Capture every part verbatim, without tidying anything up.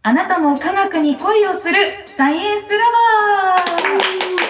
あなたも科学に恋をするサイエンスラバー。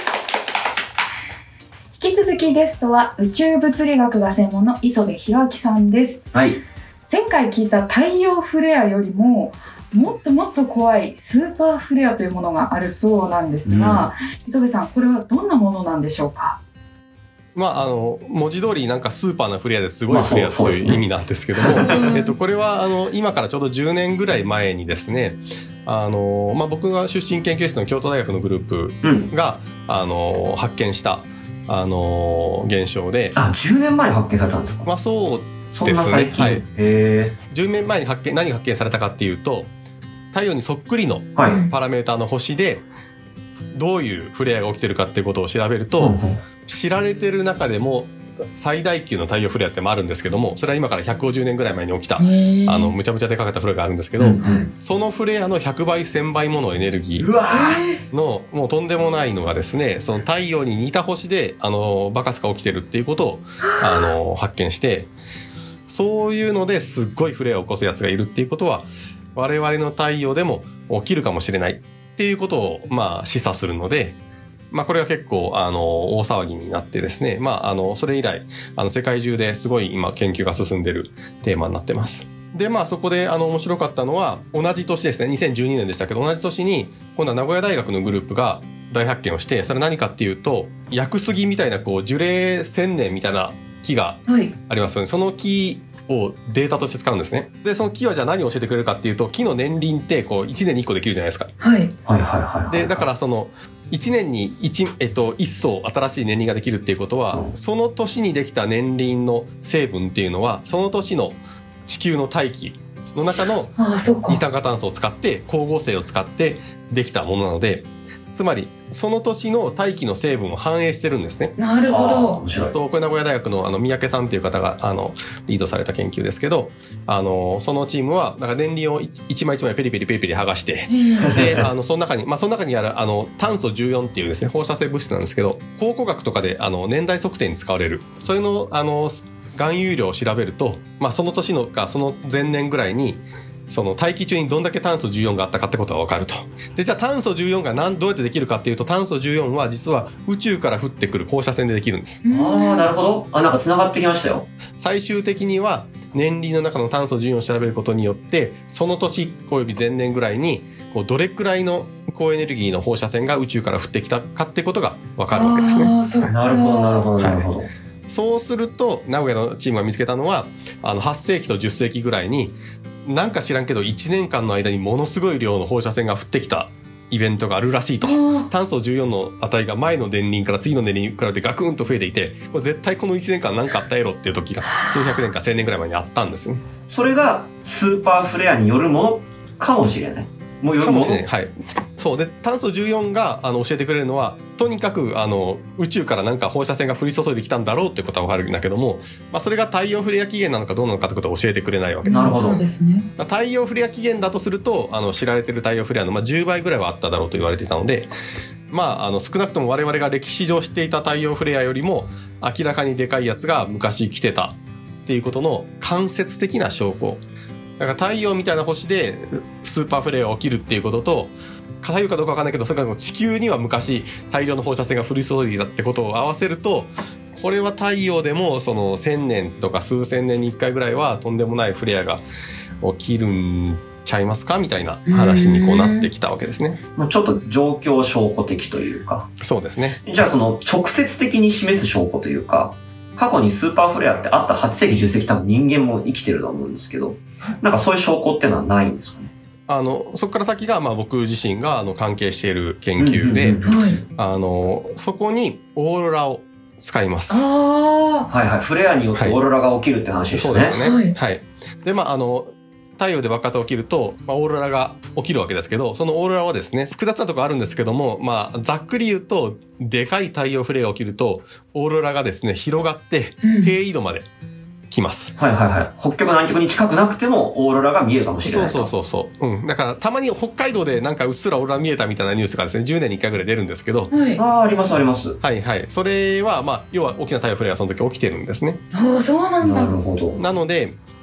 引き続きゲストは宇宙物理学が専門の磯部弘明さんです。 はい。 前回聞いた太陽フレアよりももっともっと怖いスーパーフレアというものがあるそうなんですが、うん、磯部さん、これはどんなものなんでしょうか？ まあ、あの文字通りなんかスーパーなフレアですごいフレアという意味なんですけども、まあね、えっと、これはあの今からちょうどじゅうねんぐらい前にですね、あの、まあ、僕が出身研究室の京都大学のグループが、うん、あの発見したあの現象で。 あ、じゅうねんまえに発見されたんですか？ まあ、そうそんな最近、 はい、 へじゅうねんまえに発見何が発見されたかっていうと、太陽にそっくりのパラメーターの星でどういうフレアが起きてるかっていうことを調べると、うん、知られてる中でも最大級の太陽フレアってもあるんですけども、それは今からひゃくごじゅうねんぐらい前に起きたあのむちゃむちゃでかかったフレアがあるんですけど、うんうん、そのフレアのひゃくばいせんばいものエネルギーのもうとんでもないのがですね、その太陽に似た星であのバカスカ起きてるっていうことをあの発見して、そういうのですっごいフレアを起こすやつがいるっていうことは我々の太陽でも起きるかもしれないっていうことをまあ示唆するので、まあ、これは結構あの大騒ぎになってですね、まあ、あのそれ以来あの世界中ですごい今研究が進んでるテーマになってます。で、まあ、そこであの面白かったのは同じ年ですね、にせんじゅうにねんでしたけど、同じ年に今度は名古屋大学のグループが大発見をして、それ何かっていうと屋久杉みたいなこう樹齢せんねんみたいな木がありますよね、はい、その木をデータとして使うんですね。でその木はじゃあ何を教えてくれるかっていうと、木の年輪ってこういちねんにいっこできるじゃないですか。 はいはいはいはいはい。 でだからそのいちねんに 1,、えっと、いっ層新しい年輪ができるっていうことは、うん、その年にできた年輪の成分っていうのはその年の地球の大気の中の二酸化炭素を使って光合成を使ってできたものなので、つまりその年の大気の成分を反映してるんですね。 なるほど。 面白い。とこれ名古屋大学のあの三宅さんという方があのリードされた研究ですけど、あのそのチームはなんか年輪を一枚一枚ペリペリペリペリ剥がして、であのその中にまあその中にあるあの炭素じゅうよんっていうですね放射性物質なんですけど、考古学とかであの年代測定に使われるそれのあの含有量を調べると、まあその年のかその前年ぐらいにその大気中にどんだけ炭素じゅうよんがあったかってことが分かると。でじゃあ炭素じゅうよんが何どうやってできるかっていうと、炭素じゅうよんは実は宇宙から降ってくる放射線でできるんです。 ああ、なるほど。あ、なんかつながってきましたよ。 最終的には年輪の中の炭素じゅうよんを調べることによって、その年および前年ぐらいにこうどれくらいの高エネルギーの放射線が宇宙から降ってきたかってことが分かるわけですね。 なるほどなるほどなるほど、はい。 そうすると名古屋のチームが見つけたのは、あのはっせいきとじゅっせいきぐらいになんか知らんけどいちねんかんの間にものすごい量の放射線が降ってきたイベントがあるらしいと。炭素じゅうよんの値が前の年輪から次の年輪に比べてガクンと増えていて、これ絶対このいちねんかん何かあったやろっていう時が数百年かせんねんぐらい前にあったんですね。 それがスーパーフレアによるものかもしれない。もうよるものかもしれない。 はい。そうで炭素じゅうよんがあの教えてくれるのは、とにかくあの宇宙からなんか放射線が降り注いできたんだろうってことは分かるんだけども、まあ、それが太陽フレア起源なのかどうなのかってことを教えてくれないわけです。 なるほど。 そうですね。 太陽フレア起源だとすると、あの知られてる太陽フレアの、まあ、じゅうばいぐらいはあっただろうと言われていたので、まあ、あの少なくとも我々が歴史上知っていた太陽フレアよりも明らかにでかいやつが昔来てたっていうことの間接的な証拠だから、太陽みたいな星でスーパーフレアが起きるっていうことと、太陽かどうか分かんないけどそれから地球には昔大量の放射線が降り注いでいたってことを合わせると、これは太陽でもそのせんねんとか数千年にいっかいぐらいはとんでもないフレアが起きるんちゃいますかみたいな話にこうなってきたわけですね。 ちょっと状況証拠的というか。 そうですね。 じゃあその直接的に示す証拠というか、過去にスーパーフレアってあったはっせいきじゅっせいき多分人間も生きてると思うんですけど、なんかそういう証拠っていうのはないんですかね。 あのそこから先がまあ僕自身があの関係している研究で、うんうんうん、あのそこにオーロラを使います。 あはいはい。フレアによってオーロラが起きるって話ですね。 はい、そうですね。はい。はい、でまああの太陽で爆発が起きると、まあ、オーロラが起きるわけですけど、そのオーロラはですね複雑なところあるんですけども、まあざっくり言うとでかい太陽フレアが起きるとオーロラがですね広がって低緯度まで来ます、 うん、はいはいはい。北極南極に近くなくてもオーロラが見えるかもしれない。 そうそうそうそう、うん、だからたまに北海道でなんかうっすらオーロラ見えたみたいなニュースがですねじゅうねんにいっかいぐらい出るんですけど、 はい、 ああありますあります。 はいはい。それはまあ要は大きな太陽フレアがその時起きてるんですね。 ああそうなんだ。 なるほど。 なので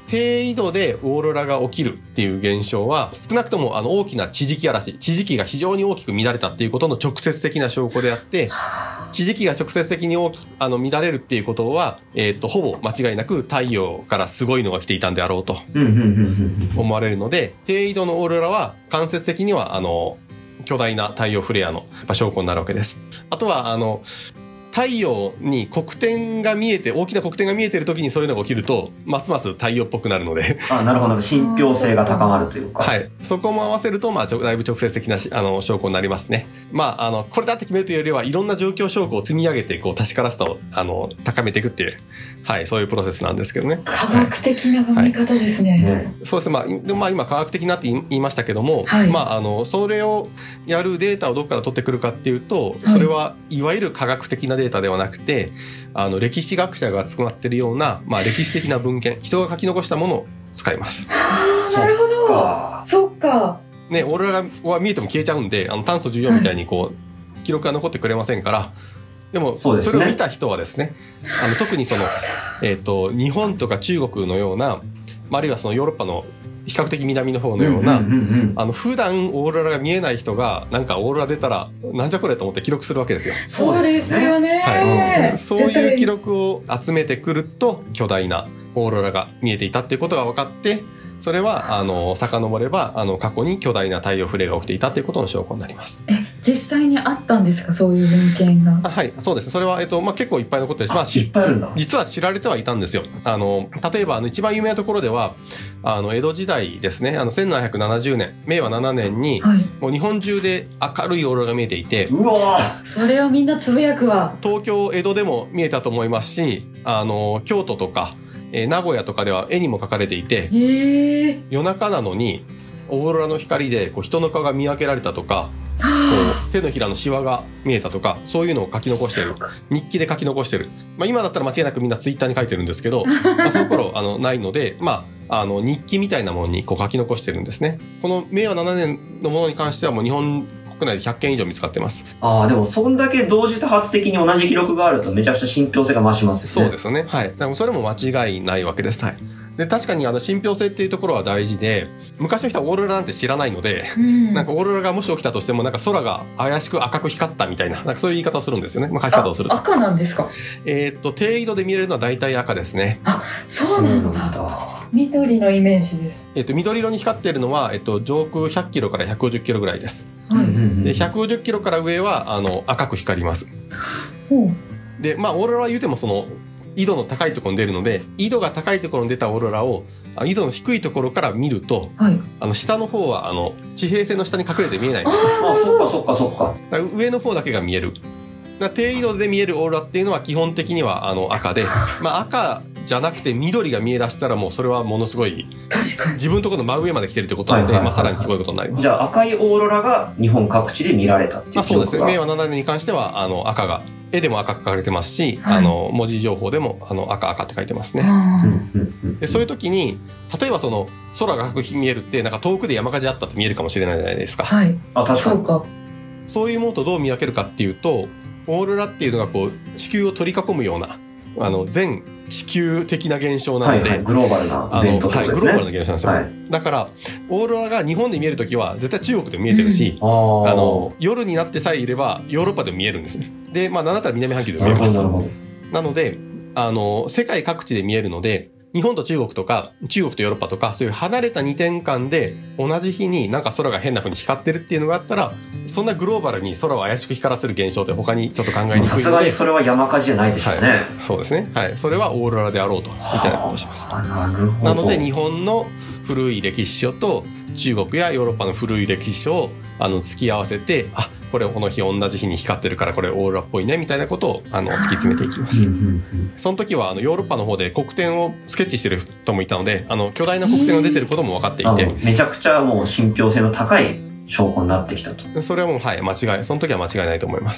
低緯度でオーロラが起きるっていう現象は少なくともあの大きな地磁気嵐、地磁気が非常に大きく乱れたっていうことの直接的な証拠であって、地磁気が直接的に大きくあの乱れるっていうことは、えー、とほぼ間違いなく太陽からすごいのが来ていたんであろうと思われるので、低緯度のオーロラは間接的にはあの巨大な太陽フレアの証拠になるわけです。あとはあの太陽に黒点が見えて、大きな黒点が見えてる時にそういうのが起きると、ますます太陽っぽくなるので。 あ、なるほど。信憑性が高まるというか。 はい。そこも合わせると、まあ、だいぶ直接的なあの証拠になりますね。まあ、あの、これだって決めるというよりは、いろんな状況証拠を積み上げて、こう、確からしさを、あの、高めていくっていう、はい、そういうプロセスなんですけどね。 科学的な見方ですね。はいはい、 そうですね。まあ、でもまあ、今、科学的なって言いましたけども、はい、まあ、あの、それをやるデータをどこから取ってくるかっていうと、それはいわゆる科学的なデータではなくて、あの歴史学者が使っているような、まあ、歴史的な文献、人が書き残したものを使います。 ああ、なるほど。そっか。 ね、オーロラは見えても消えちゃうんで、あの炭素じゅうよんみたいにこう、はい、記録が残ってくれませんから。でもそれを見た人はですね、あの特にその、えーと、日本とか中国のような、あるいはそのヨーロッパの比較的南の方のような、うんうんうんうん、あの普段オーロラが見えない人がなんかオーロラ出たらなんじゃこれと思って記録するわけですよ。 そうですよね、 はい、そういう記録を集めてくると巨大なオーロラが見えていたっていうことが分かって、それはあの遡ればあの過去に巨大な太陽フレアが起きていたということの証拠になります。 え、実際にあったんですか、そういう文献が。 はい、そうです。それは、えっとまあ、結構いっぱい残ってるし、まあ、 いっぱいあるんだ。 実は知られてはいたんですよ。あの例えばあの一番有名なところではあの江戸時代ですね、あのせんななひゃくななじゅうねん、めいわななねんに、はい、もう日本中で明るいオーロラが見えていて、 うわそれをみんなつぶやくわ。 東京江戸でも見えたと思いますし、あの京都とかえー、名古屋とかでは絵にも描かれていて、夜中なのにオーロラの光でこう人の顔が見分けられたとか、こう手のひらのシワが見えたとか、そういうのを書き残してる、日記で書き残してる、まあ、今だったら間違いなくみんなツイッターに書いてるんですけどまあその頃あのないので、まあ、あの日記みたいなものにこう書き残してるんですね。このめいわななねんのものに関してはもう日本国内でひゃっけん以上見つかってます。 ああ、でもそんだけ同時多発的に同じ記録があるとめちゃくちゃ信憑性が増しますよね。 そうですね。はい。でもそれも間違いないわけです。はい。で、確かにあの信憑性っていうところは大事で、昔の人はオーロラなんて知らないので、うん、なんかオーロラがもし起きたとしてもなんか空が怪しく赤く光ったみたいな、なんかそういう言い方をするんですよね。まあ書き方をすると。 赤なんですか？ えー、っと低緯度で見れるのは大体赤ですね。 あ、そうなんだ。緑のイメージです。 えー、っと緑色に光っているのはえっと上空ひゃっキロからひゃくごじゅっキロぐらいです。 はい。 でひゃくごじゅっキロから上はあの赤く光ります。 ほう。 で、まあオーロラは言うてもその緯度の高いところに出るので、緯度が高いところに出たオーロラを緯度の低いところから見ると、はい、あの下の方はあの地平線の下に隠れて見えないんですね。 ああ、そっかそっかそっか。 だから上の方だけが見える。だ低緯度で見えるオーロラっていうのは基本的にはあの赤で、まあ赤じゃなくて緑が見え出したらもうそれはものすごい確かに自分のところの真上まで来てるってことなので、まあさらにすごいことになります。 じゃあ赤いオーロラが日本各地で見られたっていう。 まあそうですね。めいわななねんに関してはあの赤が絵でも赤く書かれてますし、はい、あの文字情報でもあの赤赤って書いてますね。でそういう時に例えばその空が赤く見えるってなんか遠くで山火事あったって見えるかもしれないじゃないですか。 はい。 あ、確かに。 そうか。 そういうものとどう見分けるかっていうと、オーロラっていうのがこう地球を取り囲むようなあの全地球的な現象なので、 はいはい、グローバルなイベントですね。 はい、グローバルな現象なんですよ。はい、だからオーロラが日本で見えるときは絶対中国でも見えてるし、うん、あの夜になってさえいればヨーロッパでも見えるんですね。で、まあなんだったら南半球でも見えます。 なるほど。 なのであの世界各地で見えるので、日本と中国とか中国とヨーロッパとかそういう離れたにてんかんで同じ日になんか空が変な風に光ってるっていうのがあったら、そんなグローバルに空を怪しく光らせる現象って他にちょっと考えにくいので、 さすがにそれは山火事じゃないでしょうね。はい、 そうですね。はい、それはオーロラであろうとみたいなことをします。 なるほど。 なので日本の古い歴史書と中国やヨーロッパの古い歴史書をあの突き合わせて、あ、これこの日同じ日に光ってるからこれオーロラっぽいねみたいなことをあの突き詰めていきます。その時はあのヨーロッパの方で黒点をスケッチしてる人もいたので、あの巨大な黒点が出てることも分かっていて、 めちゃくちゃもう信憑性の高い証拠になってきたと。 それはもうはい間違い、その時は間違いないと思います。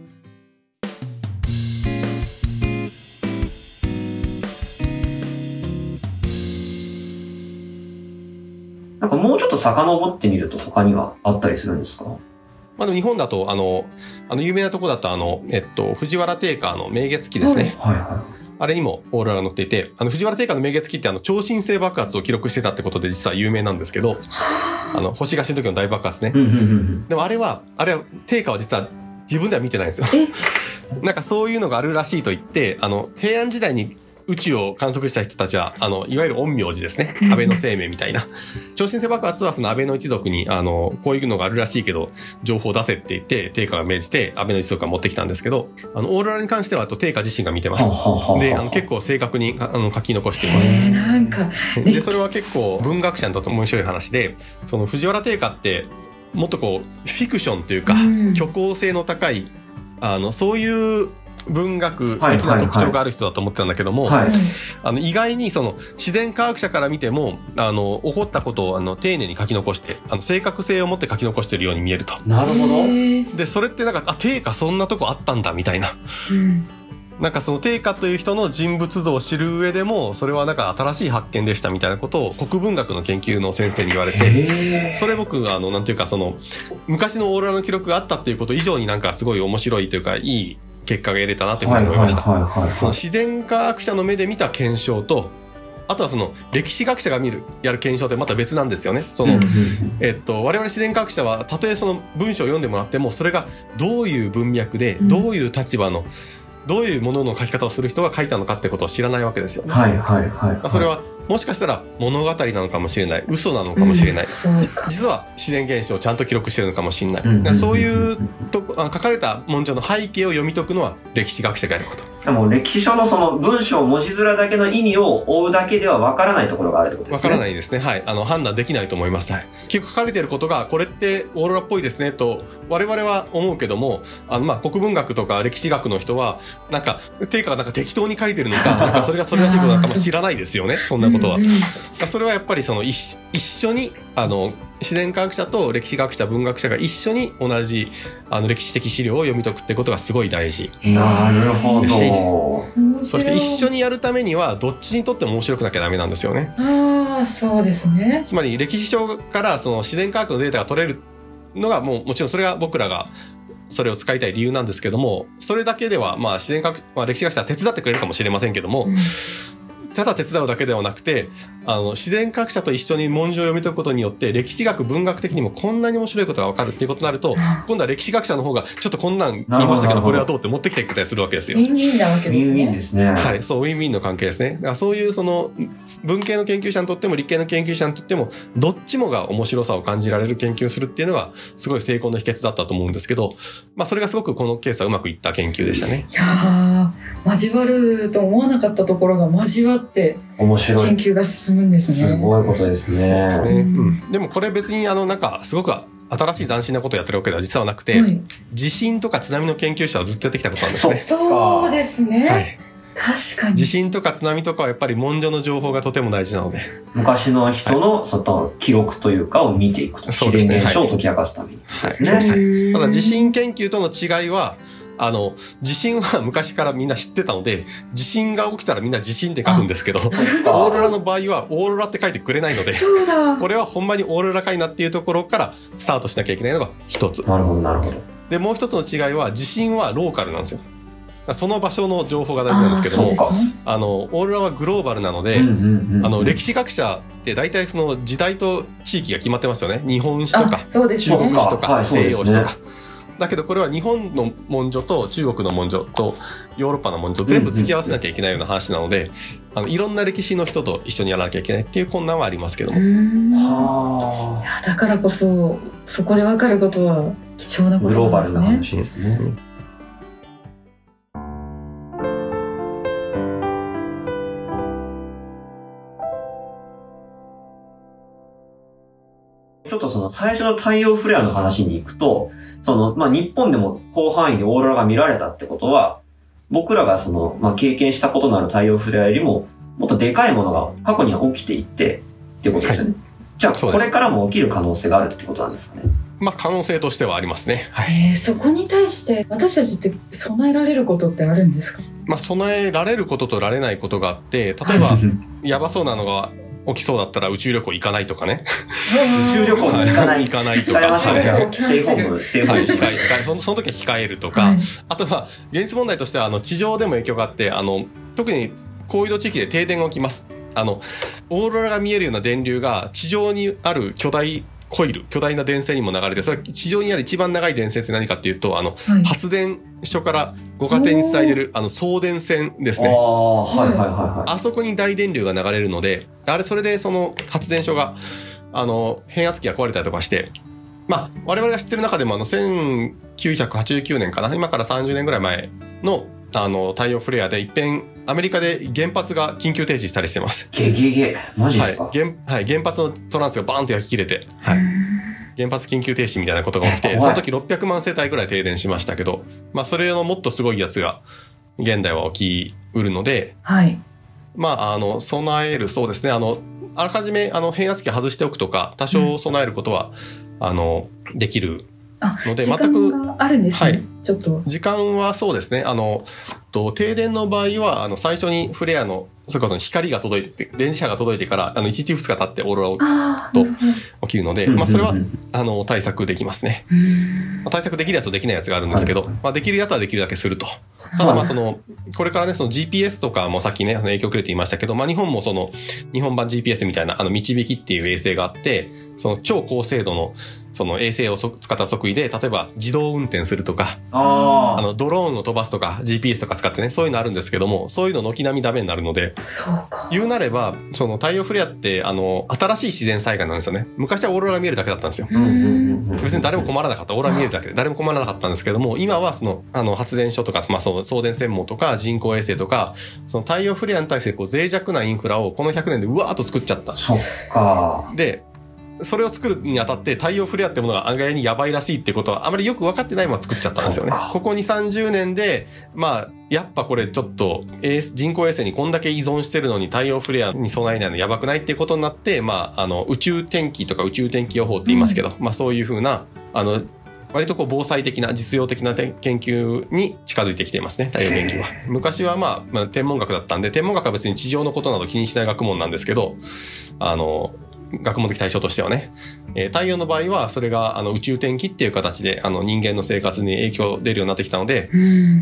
なんかもうちょっと遡ってみると他にはあったりするんですか？ まあ、でも日本だとあのあの有名なとこだとあの、えっと、藤原定家の明月記ですね。 はいはいはい、 あれにもオーロラが載っていて、あの藤原定家の明月記ってあの超新星爆発を記録してたってことで実は有名なんですけど、あの星が死ぬ時の大爆発ね。でもあれはあれは定家は実は自分では見てないんですよ。なんかそういうのがあるらしいと言って、あの平安時代に宇宙を観測した人たちはあのいわゆる陰陽師ですね、安倍の生命みたいな超新星爆発はその安倍の一族にあのこういうのがあるらしいけど情報を出せって言って定家が命じて安倍の一族が持ってきたんですけど、あのオーロラに関してはと定家自身が見てます。であの結構正確にあの書き残しています。 なんかでそれは結構文学者にとって面白い話で、その藤原定家ってもっとこうフィクションというか、うん、虚構性の高いあのそういう文学的な特徴がある人だと思ってたんだけども、はいはいはい、あの意外にその自然科学者から見てもあの起こったことをあの丁寧に書き残してあの正確性を持って書き残しているように見えると。 なるほど。 でそれってなんかあ定家そんなとこあったんだみたいな、うん、なんかその定家という人の人物像を知る上でもそれはなんか新しい発見でしたみたいなことを国文学の研究の先生に言われて、それ僕あのなんていうかその昔のオーロラの記録があったっていうこと以上になんかすごい面白いというかいい結果が得れたなというふうに思いました。その自然科学者の目で見た検証と、あとはその歴史学者が見るやる検証ってまた別なんですよね。そのえっと我々自然科学者はたとえその文章を読んでもらってもそれがどういう文脈でどういう立場のどういうものの書き方をする人が書いたのかってことを知らないわけですよね。 はいはいはいはい、 それはもしかしたら物語なのかもしれない、嘘なのかもしれない、うん、実は自然現象をちゃんと記録しているのかもしれない、うん、そういうとこ書かれた文章の背景を読み解くのは歴史学者がやること。 でも歴史書のその文章文字面だけの意味を追うだけでは分からないところがあるってことですね。 分からないですね。はい、あの判断できないと思います。はい、結構書かれていることがこれってオーロラっぽいですねと我々は思うけども、あのまあ国文学とか歴史学の人はなんか定家がなんか適当に書いてるのか、なんかそれがそれらしいことなのかも知らないですよね。そんなことは。それはやっぱりその 一, 一緒にあの自然科学者と歴史学者文学者が一緒に同じあの歴史的資料を読み解くってことがすごい大事。 なるほど。 そして一緒にやるためにはどっちにとっても面白くなきゃダメなんですよね。 ああ、そうですね。 つまり歴史書からその自然科学のデータが取れるのがもうもちろんそれが僕らがそれを使いたい理由なんですけども、それだけではまあ自然科学、まあ、歴史学者は手伝ってくれるかもしれませんけども、うん、ただ手伝うだけではなくてあの自然科学者と一緒に文字を読み解くことによって歴史学文学的にもこんなに面白いことが分かるっていうことになると、今度は歴史学者の方がちょっとこんなん言いましたけどこれはどうって持ってきてくれたりするわけですよ。 ウィンウィンなわけですね。 ウィンウィンですね。 はい、そうウィンウィンの関係ですね。だからそういうその文系の研究者にとっても理系の研究者にとってもどっちもが面白さを感じられる研究をするっていうのがすごい成功の秘訣だったと思うんですけど、まあそれがすごくこのケースはうまくいった研究でしたね。 いやー、交わると思わなかったところが交わって面白い研究が進むんですね。 すごいことですね。 そうですね、うん、でもこれ別にあのなんかすごく新しい斬新なことをやってるわけでは実はなくて、はい、地震とか津波の研究者はずっとやってきたことなんですね。 そうですね、 はい、 確かに地震とか津波とかはやっぱり文書の情報がとても大事なので、 昔の人のその記録というかを見ていくと、自然現象を解き明かすためにですね。 はいはい、ただ地震研究との違いはあの地震は昔からみんな知ってたので地震が起きたらみんな地震って書くんですけど、オーロラの場合はオーロラって書いてくれないので、これはほんまにオーロラかいなっていうところからスタートしなきゃいけないのが一つ。 なるほどなるほど。 でもう一つの違いは地震はローカルなんですよ。その場所の情報が大事なんですけども、 あ, ね、あのオーロラはグローバルなので、うんうんうんうん、あの歴史学者って大体その時代と地域が決まってますよね。日本史とか、ね、中国史とか、はい、西洋史とか、だけどこれは日本の文書と中国の文書とヨーロッパの文書全部付き合わせなきゃいけないような話なので、あのいろんな歴史の人と一緒にやらなきゃいけないっていう困難はありますけども、 はあ、いやだからこそそこで分かることは貴重なことなんですね。 グローバルな話ですね。うん、ちょっとその最初の太陽フレアの話に行くと、その、まあ、日本でも広範囲でオーロラが見られたってことは、僕らがその、まあ、経験したことのある太陽フレアよりも、もっとでかいものが過去には起きていて、っていうことですよね。はい、じゃあ、これからも起きる可能性があるってことなんですかね。 まあ、可能性としてはありますね。はい、 えー、そこに対して私たちって備えられることってあるんですか？ まあ、備えられることとられないことがあって、例えば、やばそうなのが、起きそうだったら宇宙旅行行かないとかね。 宇宙旅行に行かない。 行かないとか。 控えましょうよ。ステイホーム、ステイホーム。 控え、その、その時は控えるとか、はい、あとは、現実問題としては、あの、地上でも影響があって、あの、 特に高緯度地域で停電が起きます。あのオーロラが見えるような電流が地上にある巨大コイル、巨大な電線にも流れて、それ地上にある一番長い電線って何かっていうと、あの、はい、発電所からご家庭に伝えてるあの送電線ですね。あ、 はいはいはいはい。 あそこに大電流が流れるので、あれそれでその発電所があの変圧器が壊れたりとかして、まあ我々が知ってる中でもあのせんきゅうひゃくはちじゅうきゅうねんかな、今からさんじゅうねんぐらい前のあの太陽フレアで一遍アメリカで原発が緊急停止したりしてます。 ゲゲゲ、マジですか？ はい、原はい、原発のトランスがバーンと焼き切れて、はい、原発緊急停止みたいなことが起きて、その時ろっぴゃくまん世帯ぐらい停電しましたけど、まあそれのもっとすごいやつが現代は起きうるので、 はい、 まああの備える、そうですね、あのあらかじめあの変圧器外しておくとか多少備えることは、うん、あのできるので、 時間があるんですね。はい、ちょっと時間はそうですね。あのと停電の場合はあの最初にフレアのそれこそ光が届いて電磁波が届いてからあのいちにちふつか経ってオーロラと起きるので、まあそれはあの対策できますね。対策できるやつとできないやつがあるんですけど、まあできるやつはできるだけすると。ただまあそのこれからねその ジーピーエス とかもさっきねその影響を受けるって言いましたけど、まあ日本もその日本版 ジーピーエス みたいなあの導きっていう衛星があって、その超高精度のその衛星を使った測位で例えば自動運転するとか、ああのドローンを飛ばすとか ジーピーエス とか使ってねそういうのあるんですけども、そういうの軒並みダメになるので、 そうか。 言うなればその太陽フレアってあの新しい自然災害なんですよね。昔はオーロラが見えるだけだったんですよ。別に誰も困らなかった、オーロラ見えるだけで誰も困らなかったんですけども、今はそのあの発電所とか、まあ、その送電専門とか人工衛星とかその太陽フレアに対してこう脆弱なインフラをこのひゃくねんでうわーっと作っちゃった。 そっか。 でそれを作るにあたって太陽フレアってものが案外にやばいらしいってことはあまりよく分かってないまま作っちゃったんですよね。ここにさんじゅうねんでまあやっぱこれちょっと人工衛星にこんだけ依存してるのに太陽フレアに備えないのやばくないっていうことになって、まああの宇宙天気とか宇宙天気予報って言いますけど、うん、まあそういう風なあの割とこう防災的な実用的な研究に近づいてきていますね、太陽研究は。昔はまあ、まあ、天文学だったんで、天文学は別に地上のことなど気にしない学問なんですけど、あの学問的対象としてはね、えー、太陽の場合はそれがあの宇宙天気っていう形であの人間の生活に影響出るようになってきたので、うん、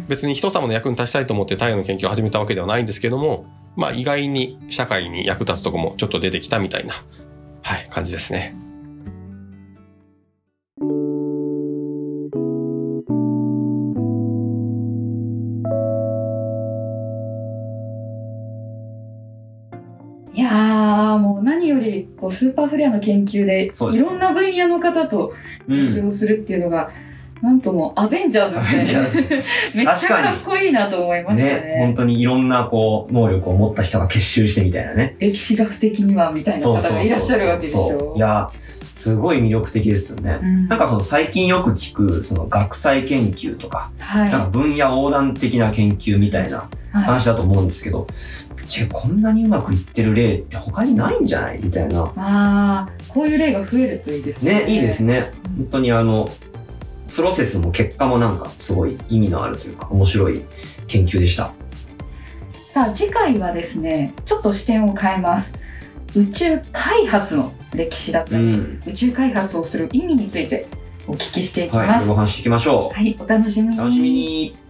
別に人様の役に立ちたいと思って太陽の研究を始めたわけではないんですけども、まあ意外に社会に役立つとこもちょっと出てきたみたいな、はい、感じですね。 いやーもう何よりこうスーパーフレアの研究でいろんな分野の方と研究をするっていうのが、うん、なんともアベンジャーズってめっちゃかっこいいなと思いましたね。 ね、本当にいろんなこう能力を持った人が結集してみたいなね。 歴史学的にはみたいな方がいらっしゃるわけでしょ。 いやすごい魅力的ですよね。うん、なんかその最近よく聞くその学際研究とか、はい、なんか分野横断的な研究みたいな話だと思うんですけど、はい、こんなにうまくいってる例って他にないんじゃないみたいな。ああ、こういう例が増えるといいですね。 ね、いいですね。本当にあのプロセスも結果もなんかすごい意味のあるというか面白い研究でした。 さあ次回はですね、ちょっと視点を変えます。宇宙開発の歴史だったり、うん、宇宙開発をする意味についてお聞きしていきます。 はい、お話していきましょう。 はい、お楽しみに。 楽しみに。